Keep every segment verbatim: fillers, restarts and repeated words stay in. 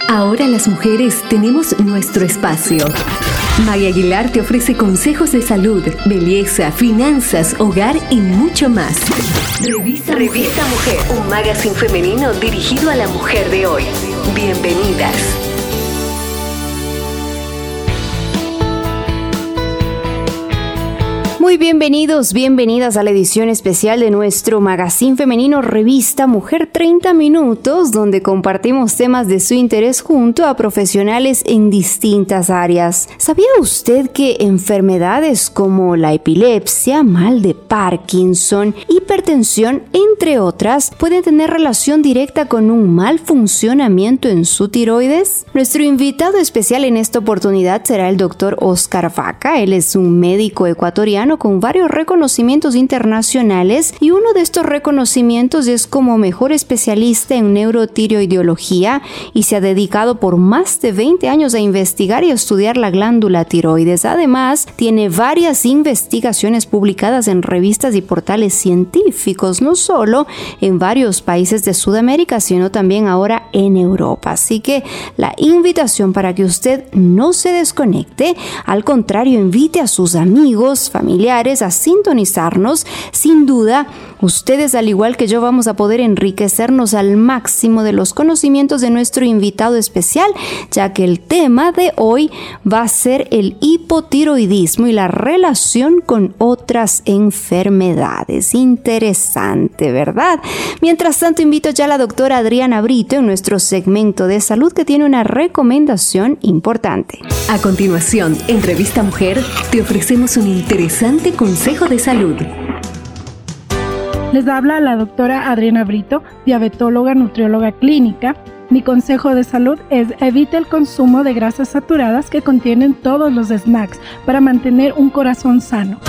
Ahora las mujeres tenemos nuestro espacio. Maya Aguilar te ofrece consejos de salud, belleza, finanzas, hogar y mucho más. Revista, Revista Mujer, un magazine femenino dirigido a la mujer de hoy. Bienvenidas. Muy bienvenidos, bienvenidas a la edición especial de nuestro magazine femenino Revista Mujer treinta minutos, donde compartimos temas de su interés junto a profesionales en distintas áreas. ¿Sabía usted que enfermedades como la epilepsia, mal de Parkinson, hipertensión, entre otras, pueden tener relación directa con un mal funcionamiento en su tiroides? Nuestro invitado especial en esta oportunidad será el doctor Oscar Vaca. Él es un médico ecuatoriano con varios reconocimientos internacionales y uno de estos reconocimientos es como mejor especialista en neurotiroideología y se ha dedicado por más de veinte años a investigar y estudiar la glándula tiroides. Además, tiene varias investigaciones publicadas en revistas y portales científicos, no solo en varios países de Sudamérica, sino también ahora en Europa. Así que la invitación para que usted no se desconecte, al contrario, invite a sus amigos, familiares, a sintonizarnos. Sin duda, ustedes, al igual que yo, vamos a poder enriquecernos al máximo de los conocimientos de nuestro invitado especial, ya que el tema de hoy va a ser el hipotiroidismo y la relación con otras enfermedades. Interesante, ¿verdad? Mientras tanto, invito ya a la doctora Adriana Brito en nuestro segmento de salud, que tiene una recomendación importante. A continuación, en Revista Mujer, te ofrecemos un interesante consejo de salud. Les habla la doctora Adriana Brito, diabetóloga, nutrióloga clínica. Mi consejo de salud es: evite el consumo de grasas saturadas que contienen todos los snacks para mantener un corazón sano.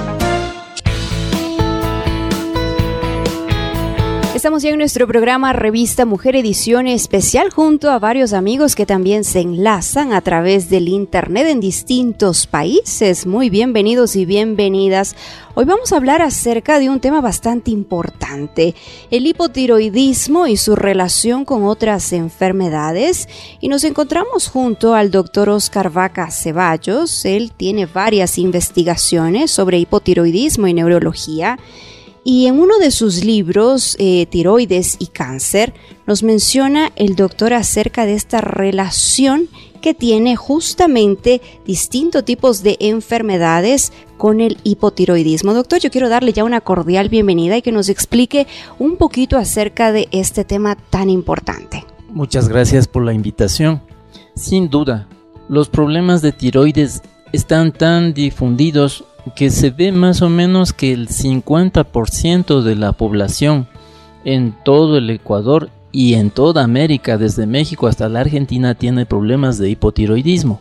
Estamos ya en nuestro programa Revista Mujer edición especial junto a varios amigos que también se enlazan a través del internet en distintos países. Muy bienvenidos y bienvenidas. Hoy vamos a hablar acerca de un tema bastante importante, el hipotiroidismo y su relación con otras enfermedades. Y nos encontramos junto al doctor Oscar Vaca Ceballos. Él tiene varias investigaciones sobre hipotiroidismo y neurología. Y en uno de sus libros, eh, Tiroides y Cáncer, nos menciona el doctor acerca de esta relación que tiene justamente distintos tipos de enfermedades con el hipotiroidismo. Doctor, yo quiero darle ya una cordial bienvenida y que nos explique un poquito acerca de este tema tan importante. Muchas gracias por la invitación. Sin duda, los problemas de tiroides están tan difundidos que se ve más o menos que el cincuenta por ciento de la población en todo el Ecuador y en toda América, desde México hasta la Argentina, tiene problemas de hipotiroidismo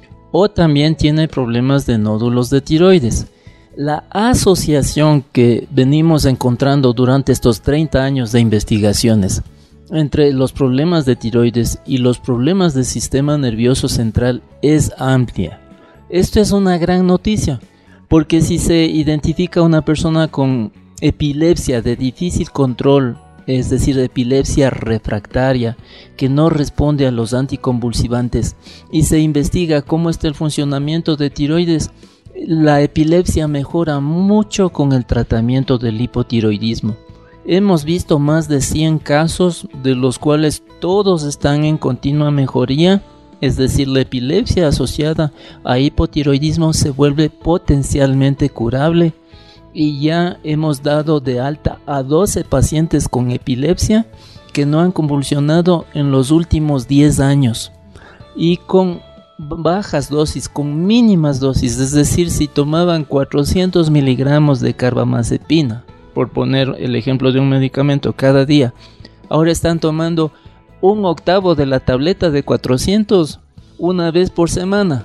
o también tiene problemas de nódulos de tiroides. La asociación que venimos encontrando durante estos treinta años de investigaciones entre los problemas de tiroides y los problemas del sistema nervioso central es amplia. Esto es una gran noticia, porque si se identifica una persona con epilepsia de difícil control, es decir, epilepsia refractaria, que no responde a los anticonvulsivantes, y se investiga cómo está el funcionamiento de tiroides, la epilepsia mejora mucho con el tratamiento del hipotiroidismo. Hemos visto más de cien casos, de los cuales todos están en continua mejoría. Es decir, la epilepsia asociada a hipotiroidismo se vuelve potencialmente curable y ya hemos dado de alta a doce pacientes con epilepsia que no han convulsionado en los últimos diez años y con bajas dosis, con mínimas dosis, es decir, si tomaban cuatrocientos miligramos de carbamazepina, por poner el ejemplo de un medicamento cada día, ahora están tomando un octavo de la tableta de cuatrocientos una vez por semana,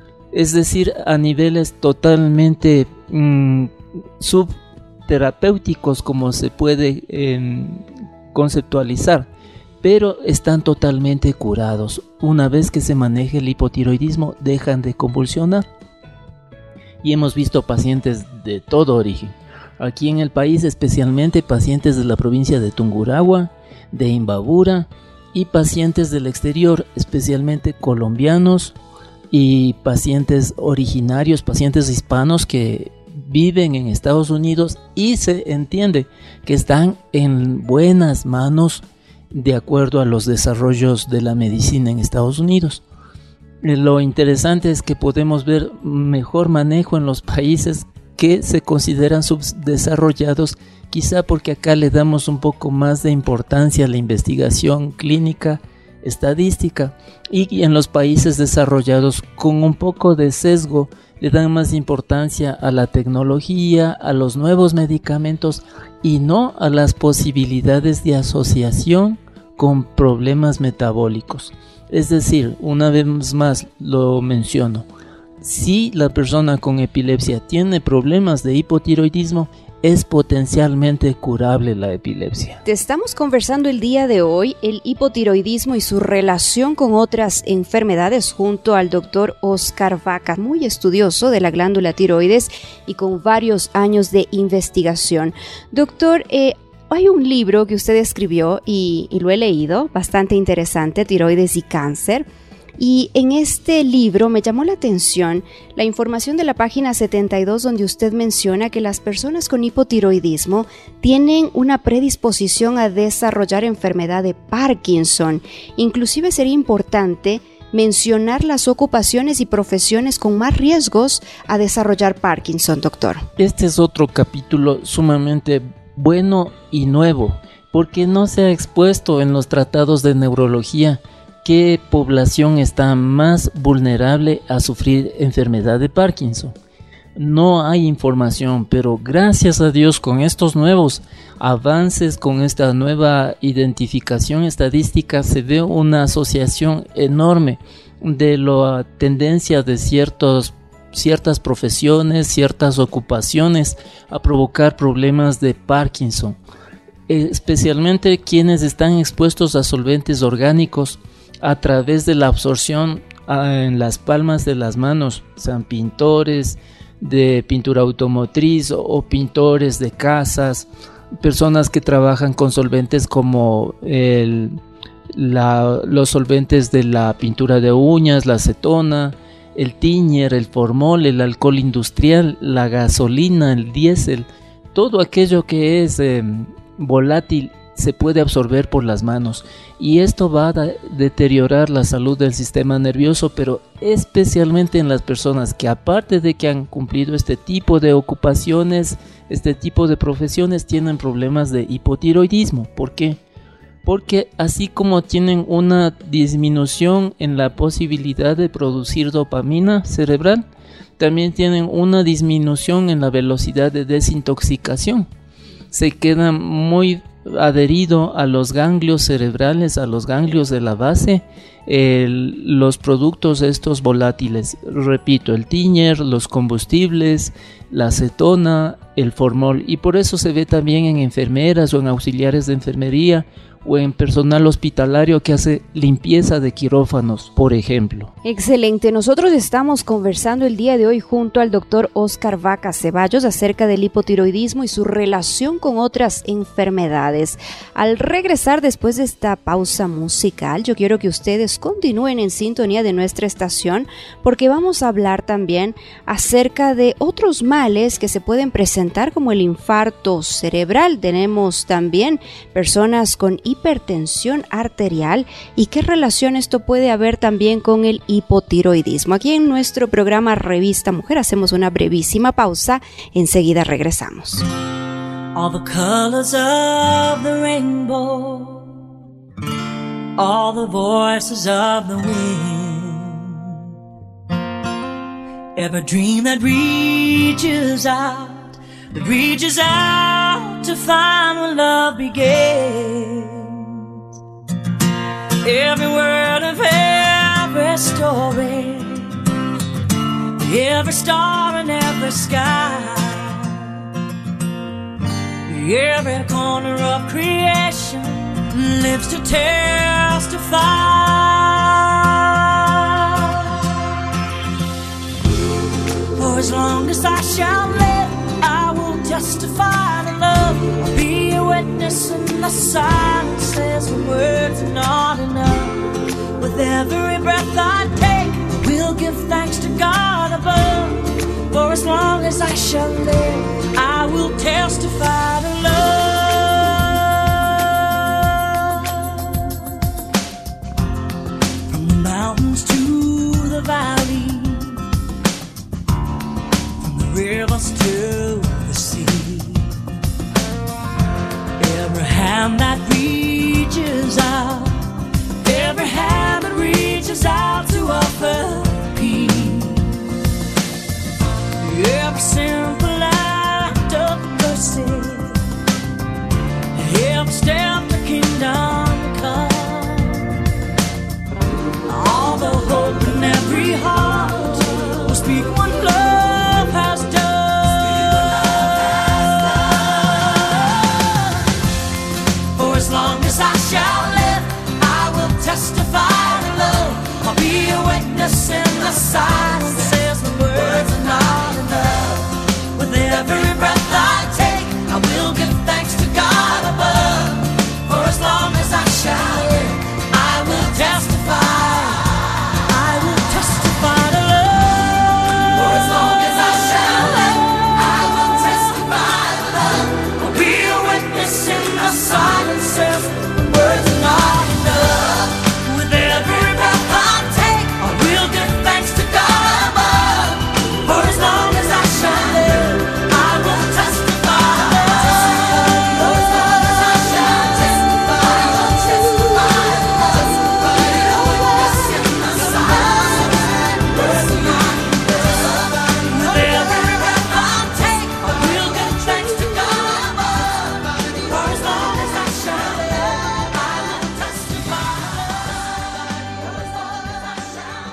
es decir, a niveles totalmente mmm, subterapéuticos, como se puede eh, conceptualizar, pero están totalmente curados. Una vez que se maneja el hipotiroidismo, dejan de convulsionar. Y hemos visto pacientes de todo origen, aquí en el país, especialmente pacientes de la provincia de Tungurahua, de Imbabura, y pacientes del exterior, especialmente colombianos y pacientes originarios, pacientes hispanos que viven en Estados Unidos y se entiende que están en buenas manos de acuerdo a los desarrollos de la medicina en Estados Unidos. Lo interesante es que podemos ver mejor manejo en los países que se consideran subdesarrollados, quizá porque acá le damos un poco más de importancia a la investigación clínica, estadística, y en los países desarrollados con un poco de sesgo le dan más importancia a la tecnología, a los nuevos medicamentos y no a las posibilidades de asociación con problemas metabólicos. Es decir, una vez más lo menciono, si la persona con epilepsia tiene problemas de hipotiroidismo, es potencialmente curable la epilepsia. Te estamos conversando el día de hoy el hipotiroidismo y su relación con otras enfermedades junto al doctor Oscar Vaca, muy estudioso de la glándula tiroides y con varios años de investigación. Doctor, eh, hay un libro que usted escribió y, y lo he leído, bastante interesante, Tiroides y Cáncer. Y en este libro me llamó la atención la información de la página setenta y dos, donde usted menciona que las personas con hipotiroidismo tienen una predisposición a desarrollar enfermedad de Parkinson. Inclusive sería importante mencionar las ocupaciones y profesiones con más riesgos a desarrollar Parkinson, doctor. Este es otro capítulo sumamente bueno y nuevo, porque no se ha expuesto en los tratados de neurología qué población está más vulnerable a sufrir enfermedad de Parkinson. No hay información, pero gracias a Dios con estos nuevos avances, con esta nueva identificación estadística, se ve una asociación enorme de la tendencia de ciertos, ciertas profesiones, ciertas ocupaciones a provocar problemas de Parkinson, especialmente quienes están expuestos a solventes orgánicos a través de la absorción en las palmas de las manos, sean pintores de pintura automotriz o pintores de casas, personas que trabajan con solventes como el, la, los solventes de la pintura de uñas, la acetona, el tiñer, el formol, el alcohol industrial, la gasolina, el diésel, todo aquello que es eh, volátil se puede absorber por las manos, y esto va a deteriorar la salud del sistema nervioso, pero especialmente en las personas que, aparte de que han cumplido este tipo de ocupaciones, este tipo de profesiones, tienen problemas de hipotiroidismo. ¿Por qué? Porque así como tienen una disminución en la posibilidad de producir dopamina cerebral, también tienen una disminución en la velocidad de desintoxicación. Se quedan muy adherido a los ganglios cerebrales, a los ganglios de la base, el, los productos estos volátiles, repito, el tiñer, los combustibles, la acetona, el formol, y por eso se ve también en enfermeras o en auxiliares de enfermería o en personal hospitalario que hace limpieza de quirófanos, por ejemplo. Excelente. Nosotros estamos conversando el día de hoy junto al doctor Oscar Vaca Ceballos acerca del hipotiroidismo y su relación con otras enfermedades. Al regresar después de esta pausa musical, yo quiero que ustedes continúen en sintonía de nuestra estación, porque vamos a hablar también acerca de otros males que se pueden presentar, como el infarto cerebral. Tenemos también personas con hipertensión arterial y qué relación esto puede haber también con el hipotiroidismo. Aquí en nuestro programa Revista Mujer hacemos una brevísima pausa, enseguida regresamos. All the colors of the rainbow, all the voices of the wind, every dream that reaches out, that reaches out to find where love begins. Every word of every story, every star in every sky, every corner of creation lives to testify. For as long as I shall live, I will testify to love. I'll be a witness in the silences when words are not enough. With every breath I take, I will give thanks to God above. For as long as I shall live, I will testify to love. From the mountains to the valley, from the rivers to the sea, every hand that reaches out, every hand that reaches out to offer peace, every simple act of mercy, every step the kingdom come, all the hope in every heart will speak what love has done. For as long as I shall live, I will testify to love. I'll be a witness in the silence, says the words are not enough. With every breath I take, I will give thanks to God above. For as long as I shall live, I will testify. I will testify to love. For as long as I shall live, I will testify to love. I'll be a witness in the silence, says the words are not enough. With every breath I take, I will give thanks to God above. For as long as I shall live, I will testify. For as long as I shall testify, I will testify. Be a witness in the silence, words are not enough. With every breath I take, I will give thanks to God above. For as long as I shall live, I will testify. For as long as I shall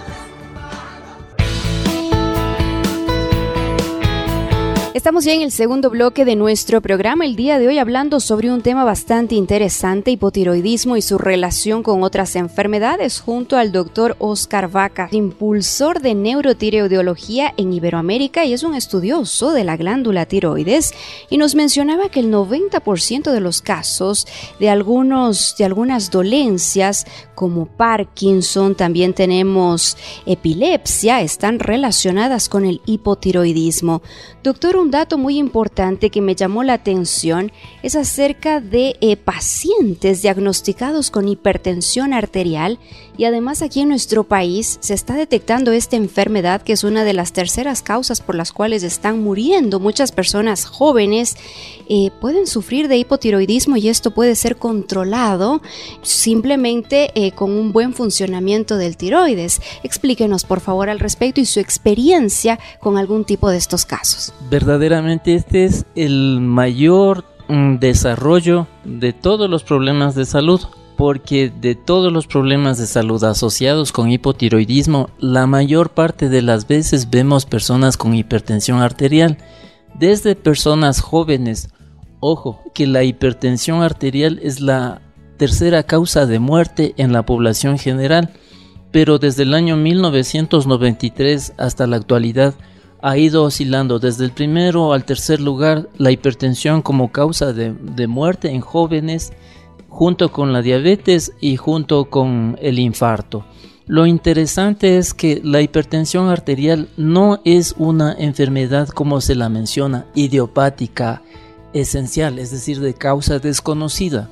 Estamos ya en el segundo bloque de nuestro programa el día de hoy hablando sobre un tema bastante interesante, hipotiroidismo y su relación con otras enfermedades, junto al doctor Oscar Vaca, impulsor de neurotiroideología en Iberoamérica y es un estudioso de la glándula tiroides, y nos mencionaba que el noventa por ciento de los casos de, algunos, de algunas dolencias como Parkinson, también tenemos epilepsia, están relacionadas con el hipotiroidismo. Doctor, un dato muy importante que me llamó la atención es acerca de eh, pacientes diagnosticados con hipertensión arterial, y además aquí en nuestro país se está detectando esta enfermedad, que es una de las terceras causas por las cuales están muriendo muchas personas jóvenes. Eh, pueden sufrir de hipotiroidismo y esto puede ser controlado simplemente eh, con un buen funcionamiento del tiroides. Explíquenos por favor al respecto y su experiencia con algún tipo de estos casos. Verdaderamente este es el mayor mm, desarrollo de todos los problemas de salud, porque de todos los problemas de salud asociados con hipotiroidismo, la mayor parte de las veces vemos personas con hipertensión arterial, desde personas jóvenes. Ojo, que la hipertensión arterial es la tercera causa de muerte en la población general, pero desde el año mil novecientos noventa y tres hasta la actualidad ha ido oscilando desde el primero al tercer lugar la hipertensión como causa de, de muerte en jóvenes, junto con la diabetes y junto con el infarto. Lo interesante es que la hipertensión arterial no es una enfermedad como se la menciona, idiopática, esencial, es decir, de causa desconocida.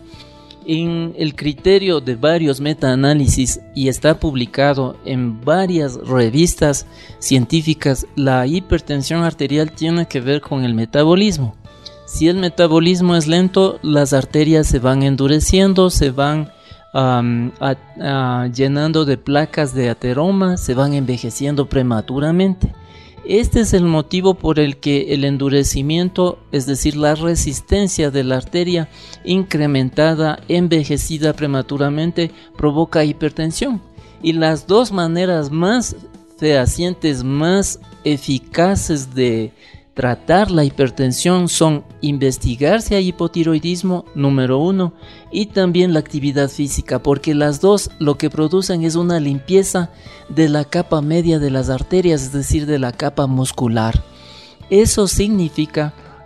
En el criterio de varios metaanálisis, y está publicado en varias revistas científicas, la hipertensión arterial tiene que ver con el metabolismo. Si el metabolismo es lento, las arterias se van endureciendo, se van um, a, a, llenando de placas de ateroma, se van envejeciendo prematuramente. Este es el motivo por el que el endurecimiento, es decir, la resistencia de la arteria incrementada, envejecida prematuramente, provoca hipertensión. Y las dos maneras más fehacientes, más eficaces de tratar la hipertensión son investigar si hay hipotiroidismo, número uno, y también la actividad física, porque las dos lo que producen es una limpieza de la capa media de las arterias, es decir, de la capa muscular. Eso significa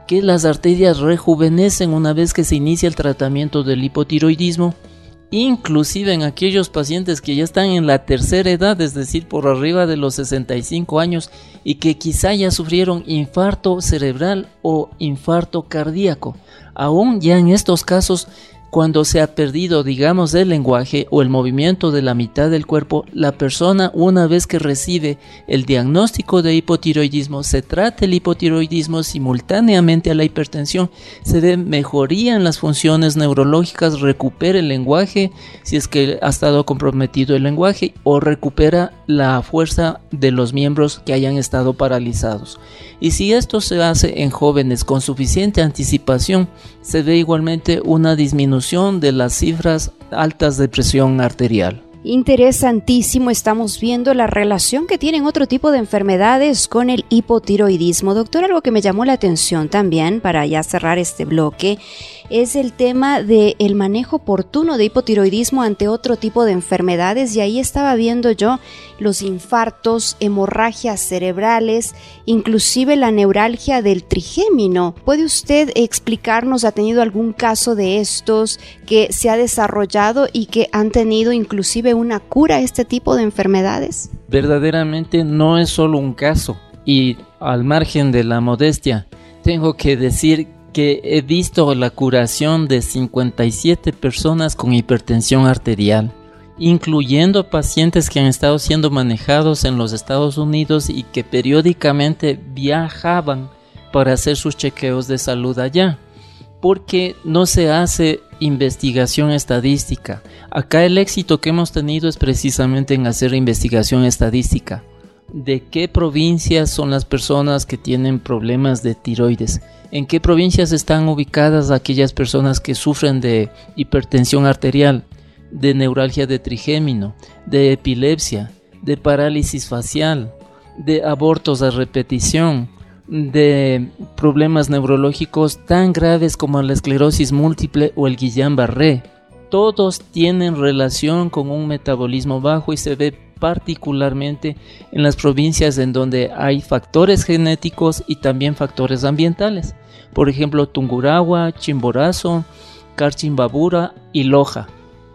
que las arterias rejuvenecen una vez que se inicia el tratamiento del hipotiroidismo, inclusive en aquellos pacientes que ya están en la tercera edad, es decir, por arriba de los sesenta y cinco años y que quizá ya sufrieron infarto cerebral o infarto cardíaco. Aún ya en estos casos, cuando se ha perdido, digamos, el lenguaje o el movimiento de la mitad del cuerpo, la persona, una vez que recibe el diagnóstico de hipotiroidismo, se trata el hipotiroidismo simultáneamente a la hipertensión, se ve mejoría en las funciones neurológicas, recupera el lenguaje, si es que ha estado comprometido el lenguaje, o recupera la fuerza de los miembros que hayan estado paralizados. Y si esto se hace en jóvenes con suficiente anticipación, se ve igualmente una disminución de las cifras altas de presión arterial. Interesantísimo, estamos viendo la relación que tienen otro tipo de enfermedades con el hipotiroidismo. Doctor, algo que me llamó la atención también, para ya cerrar este bloque, es el tema del manejo oportuno de hipotiroidismo ante otro tipo de enfermedades, y ahí estaba viendo yo los infartos, hemorragias cerebrales, inclusive la neuralgia del trigémino. ¿Puede usted explicarnos, ha tenido algún caso de estos que se ha desarrollado y que han tenido inclusive una cura a este tipo de enfermedades? Verdaderamente no es solo un caso, y al margen de la modestia, tengo que decir que he visto la curación de cincuenta y siete personas con hipertensión arterial, incluyendo pacientes que han estado siendo manejados en los Estados Unidos y que periódicamente viajaban para hacer sus chequeos de salud allá, porque no se hace investigación estadística. Acá el éxito que hemos tenido es precisamente en hacer investigación estadística. ¿De qué provincias son las personas que tienen problemas de tiroides? ¿En qué provincias están ubicadas aquellas personas que sufren de hipertensión arterial, de neuralgia de trigémino, de epilepsia, de parálisis facial, de abortos a repetición, de problemas neurológicos tan graves como la esclerosis múltiple o el Guillain-Barré? Todos tienen relación con un metabolismo bajo y se ve particularmente en las provincias en donde hay factores genéticos y también factores ambientales. Por ejemplo, Tungurahua, Chimborazo, Carchimbabura y Loja.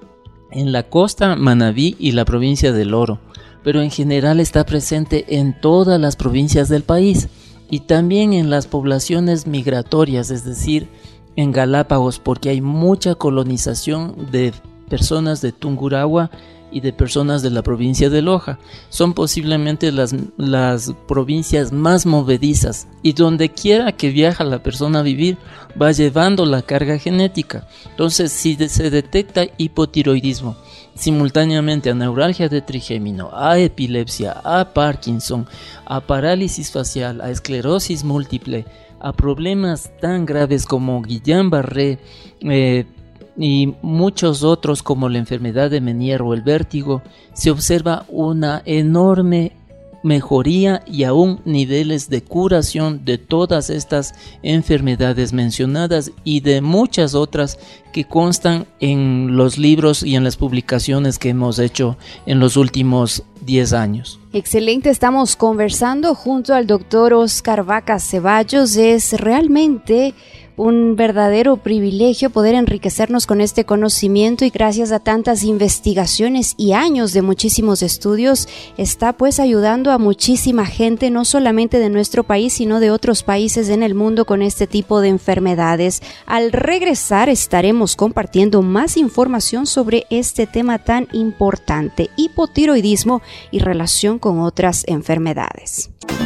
En la costa, Manabí y la provincia del Oro. Pero en general está presente en todas las provincias del país y también en las poblaciones migratorias, es decir, en Galápagos, porque hay mucha colonización de personas de Tungurahua y de personas de la provincia de Loja. Son posiblemente las, las provincias más movedizas, y donde quiera que viaja la persona a vivir va llevando la carga genética. Entonces, si se detecta hipotiroidismo simultáneamente a neuralgia de trigémino, a epilepsia, a Parkinson, a parálisis facial, a esclerosis múltiple, a problemas tan graves como Guillain-Barré, eh, y muchos otros como la enfermedad de Meniere o el vértigo, se observa una enorme mejoría y aún niveles de curación de todas estas enfermedades mencionadas y de muchas otras que constan en los libros y en las publicaciones que hemos hecho en los últimos diez años. Excelente, estamos conversando junto al doctor Oscar Vaca Ceballos. Es realmente un verdadero privilegio poder enriquecernos con este conocimiento, y gracias a tantas investigaciones y años de muchísimos estudios está pues ayudando a muchísima gente, no solamente de nuestro país sino de otros países en el mundo con este tipo de enfermedades. Al regresar estaremos compartiendo más información sobre este tema tan importante, hipotiroidismo y relación con otras enfermedades.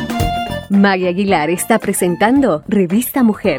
Maggie Aguilar está presentando Revista Mujer.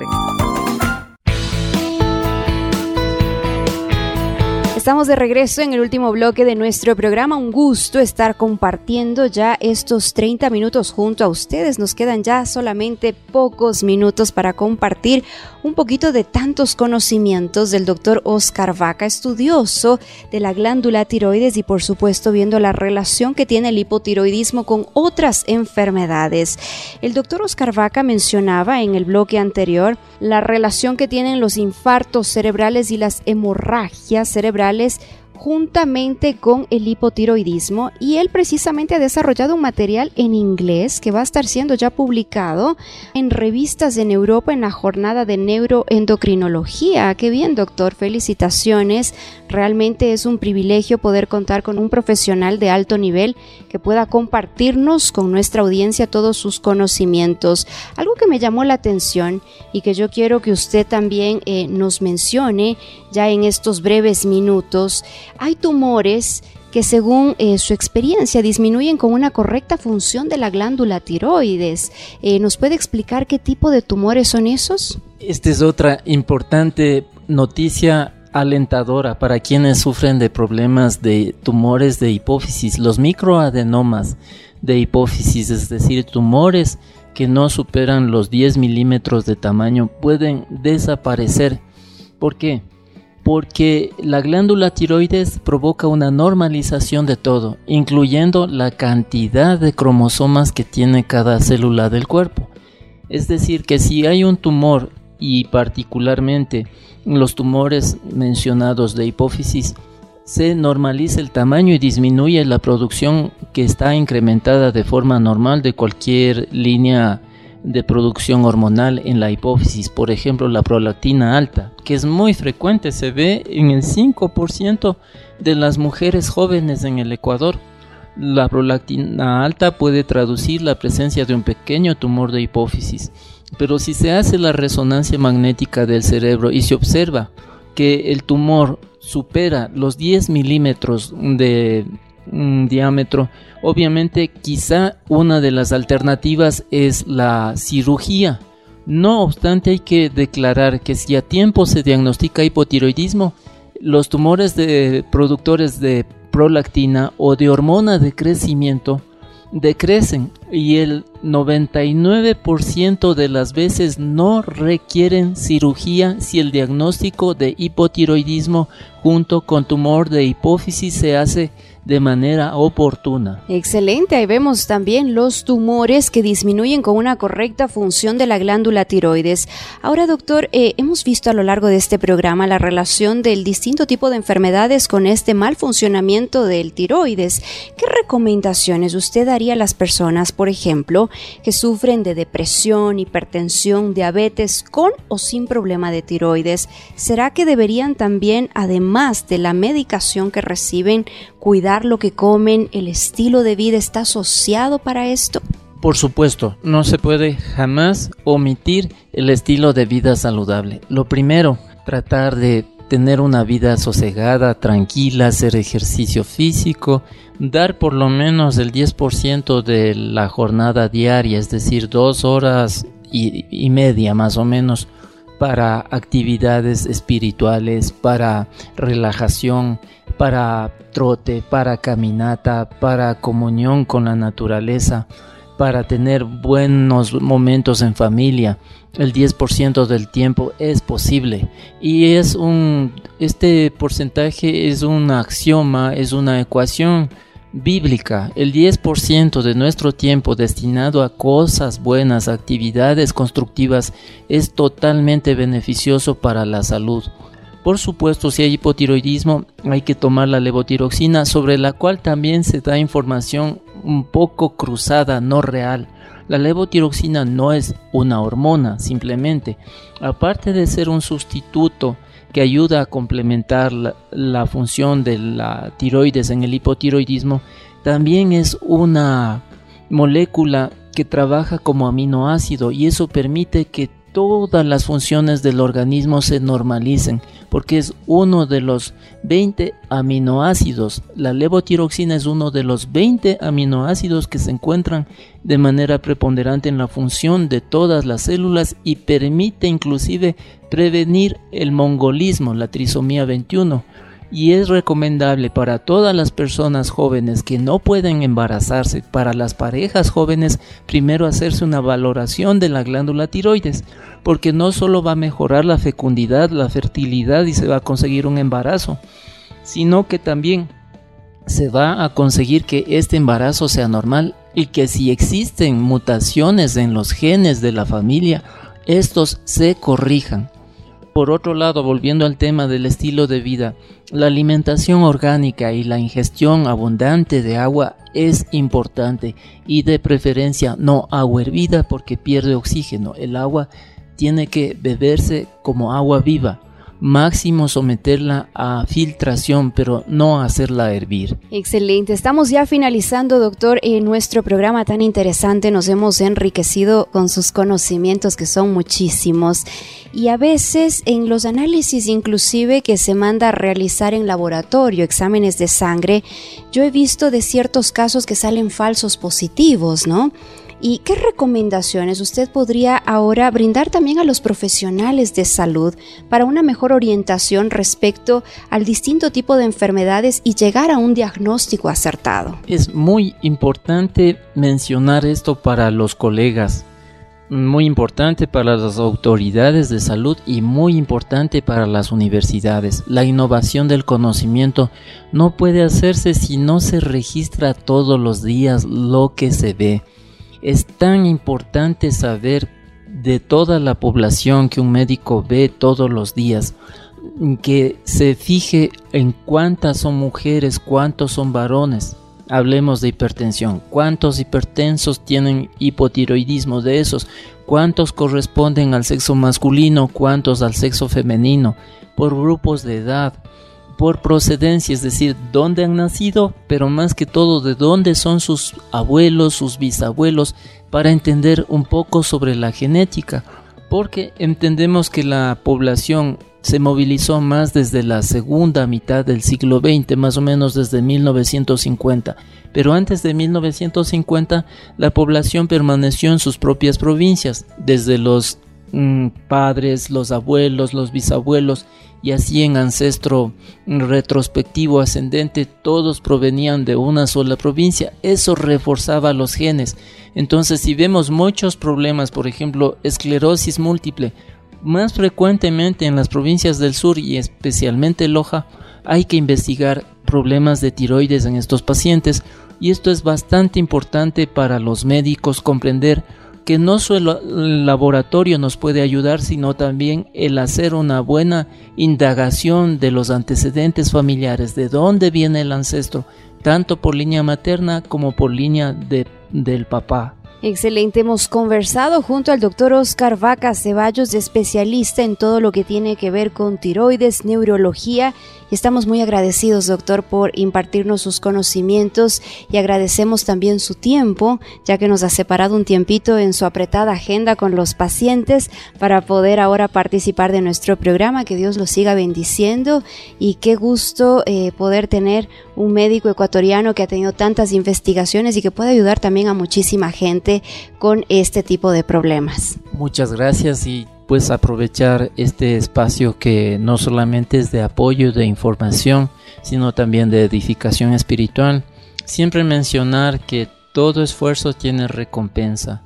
Estamos de regreso en el último bloque de nuestro programa. Un gusto estar compartiendo ya estos treinta minutos junto a ustedes. Nos quedan ya solamente pocos minutos para compartir un poquito de tantos conocimientos del doctor Oscar Vaca, estudioso de la glándula tiroides y por supuesto viendo la relación que tiene el hipotiroidismo con otras enfermedades. El doctor Oscar Vaca mencionaba en el bloque anterior la relación que tienen los infartos cerebrales y las hemorragias cerebrales juntamente con el hipotiroidismo, y él precisamente ha desarrollado un material en inglés que va a estar siendo ya publicado en revistas en Europa en la jornada de neuroendocrinología. Qué bien, doctor, felicitaciones. Realmente es un privilegio poder contar con un profesional de alto nivel que pueda compartirnos con nuestra audiencia todos sus conocimientos. Algo que me llamó la atención y que yo quiero que usted también eh, nos mencione ya en estos breves minutos: hay tumores que según eh, su experiencia disminuyen con una correcta función de la glándula tiroides. Eh, ¿Nos puede explicar qué tipo de tumores son esos? Esta es otra importante noticia alentadora para quienes sufren de problemas de tumores de hipófisis. Los microadenomas de hipófisis, es decir, tumores que no superan los diez milímetros de tamaño, pueden desaparecer. ¿Por qué? Porque la glándula tiroides provoca una normalización de todo, incluyendo la cantidad de cromosomas que tiene cada célula del cuerpo. Es decir, que si hay un tumor, y particularmente los tumores mencionados de hipófisis, se normaliza el tamaño y disminuye la producción que está incrementada de forma normal de cualquier línea de producción hormonal en la hipófisis. Por ejemplo, la prolactina alta, que es muy frecuente, se ve en el cinco por ciento de las mujeres jóvenes en el Ecuador. La prolactina alta puede traducir la presencia de un pequeño tumor de hipófisis, pero si se hace la resonancia magnética del cerebro y se observa que el tumor supera los diez milímetros de mm, diámetro, obviamente quizá una de las alternativas es la cirugía. No obstante, hay que declarar que si a tiempo se diagnostica hipotiroidismo, los tumores de productores de prolactina o de hormona de crecimiento decrecen, y el noventa y nueve por ciento de las veces no requieren cirugía si el diagnóstico de hipotiroidismo junto con tumor de hipófisis se hace de manera oportuna. Excelente, ahí vemos también los tumores que disminuyen con una correcta función de la glándula tiroides. Ahora, doctor, eh, hemos visto a lo largo de este programa la relación del distinto tipo de enfermedades con este mal funcionamiento del tiroides. ¿Qué recomendaciones usted daría a las personas, por ejemplo, que sufren de depresión, hipertensión, diabetes, con o sin problema de tiroides? ¿Será que deberían también, además de la medicación que reciben, cuidar lo que comen? ¿El estilo de vida está asociado para esto? Por supuesto, no se puede jamás omitir el estilo de vida saludable. Lo primero, tratar de tener una vida sosegada, tranquila, hacer ejercicio físico, dar por lo menos el diez por ciento de la jornada diaria, es decir, dos horas y, y media más o menos, para actividades espirituales, para relajación, para trote, para caminata, para comunión con la naturaleza, para tener buenos momentos en familia. El diez por ciento del tiempo es posible, y es un este porcentaje es un axioma, es una ecuación bíblica. El diez por ciento de nuestro tiempo destinado a cosas buenas, actividades constructivas, es totalmente beneficioso para la salud. Por supuesto, si hay hipotiroidismo, hay que tomar la levotiroxina, sobre la cual también se da información un poco cruzada, no real. La levotiroxina no es una hormona, simplemente. Aparte de ser un sustituto que ayuda a complementar la, la función de la tiroides en el hipotiroidismo, también es una molécula que trabaja como aminoácido, y eso permite que todas las funciones del organismo se normalicen, porque es uno de los veinte aminoácidos. La levotiroxina es uno de los veinte aminoácidos que se encuentran de manera preponderante en la función de todas las células, y permite inclusive prevenir el mongolismo, la trisomía veintiuno. Y es recomendable para todas las personas jóvenes que no pueden embarazarse, para las parejas jóvenes, primero hacerse una valoración de la glándula tiroides, porque no solo va a mejorar la fecundidad, la fertilidad y se va a conseguir un embarazo, sino que también se va a conseguir que este embarazo sea normal, y que si existen mutaciones en los genes de la familia, estos se corrijan. por otro lado, volviendo al tema del estilo de vida, la alimentación orgánica y la ingestión abundante de agua es importante, y de preferencia no agua hervida porque pierde oxígeno. El agua tiene que beberse como agua viva. Máximo someterla a filtración, pero no hacerla hervir. Excelente, estamos ya finalizando, doctor, en nuestro programa tan interesante. Nos hemos enriquecido con sus conocimientos, que son muchísimos, y a veces en los análisis inclusive que se manda a realizar en laboratorio, exámenes de sangre, yo he visto de ciertos casos que salen falsos positivos, ¿no? ¿Y qué recomendaciones usted podría ahora brindar también a los profesionales de salud para una mejor orientación respecto al distinto tipo de enfermedades y llegar a un diagnóstico acertado? Es muy importante mencionar esto para los colegas, muy importante para las autoridades de salud y muy importante para las universidades. La innovación del conocimiento no puede hacerse si no se registra todos los días lo que se ve. Es tan importante saber de toda la población que un médico ve todos los días, que se fije en cuántas son mujeres, cuántos son varones. Hablemos de hipertensión. ¿Cuántos hipertensos tienen hipotiroidismo de esos? ¿Cuántos corresponden al sexo masculino? ¿Cuántos al sexo femenino? Por grupos de edad, por procedencia, es decir, dónde han nacido, pero más que todo de dónde son sus abuelos, sus bisabuelos, para entender un poco sobre la genética, porque entendemos que la población se movilizó más desde la segunda mitad del siglo veinte, más o menos desde mil novecientos cincuenta, pero antes de mil novecientos cincuenta la población permaneció en sus propias provincias, desde los mm, padres, los abuelos, los bisabuelos, y así en ancestro retrospectivo ascendente todos provenían de una sola provincia. Eso reforzaba los genes. Entonces, si vemos muchos problemas, por ejemplo, esclerosis múltiple, más frecuentemente en las provincias del sur y especialmente Loja, hay que investigar problemas de tiroides en estos pacientes, y esto es bastante importante para los médicos comprender que no solo el laboratorio nos puede ayudar, sino también el hacer una buena indagación de los antecedentes familiares, de dónde viene el ancestro, tanto por línea materna como por línea de, del papá. Excelente, hemos conversado junto al doctor Oscar Vaca Ceballos, especialista en todo lo que tiene que ver con tiroides, neurología, y estamos muy agradecidos, doctor, por impartirnos sus conocimientos, y agradecemos también su tiempo, ya que nos ha separado un tiempito en su apretada agenda con los pacientes para poder ahora participar de nuestro programa. Que Dios lo siga bendiciendo, y qué gusto eh, poder tener un médico ecuatoriano que ha tenido tantas investigaciones y que puede ayudar también a muchísima gente con este tipo de problemas. Muchas gracias, y pues aprovechar este espacio que no solamente es de apoyo, de información, sino también de edificación espiritual. Siempre mencionar que todo esfuerzo tiene recompensa.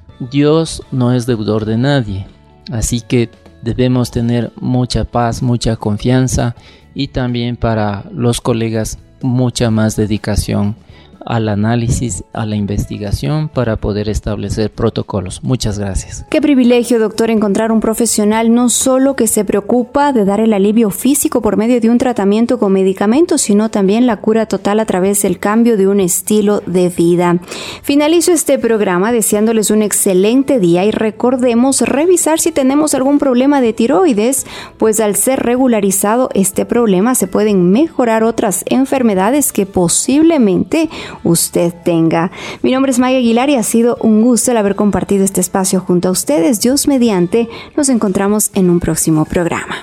Dios no es deudor de nadie, así que debemos tener mucha paz, mucha confianza, y también para los colegas mucha más dedicación al análisis, a la investigación, para poder establecer protocolos. Muchas gracias. Qué privilegio, doctor, encontrar un profesional no solo que se preocupa de dar el alivio físico por medio de un tratamiento con medicamentos, sino también la cura total a través del cambio de un estilo de vida. Finalizo este programa deseándoles un excelente día, y recordemos revisar si tenemos algún problema de tiroides, pues al ser regularizado este problema se pueden mejorar otras enfermedades que posiblemente usted tenga. Mi nombre es Maya Aguilar y ha sido un gusto el haber compartido este espacio junto a ustedes. Dios mediante, nos encontramos en un próximo programa.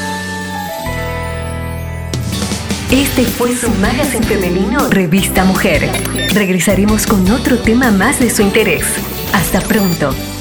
Este fue su Magazine Femenino Revista Mujer. Regresaremos con otro tema más de su interés. Hasta pronto.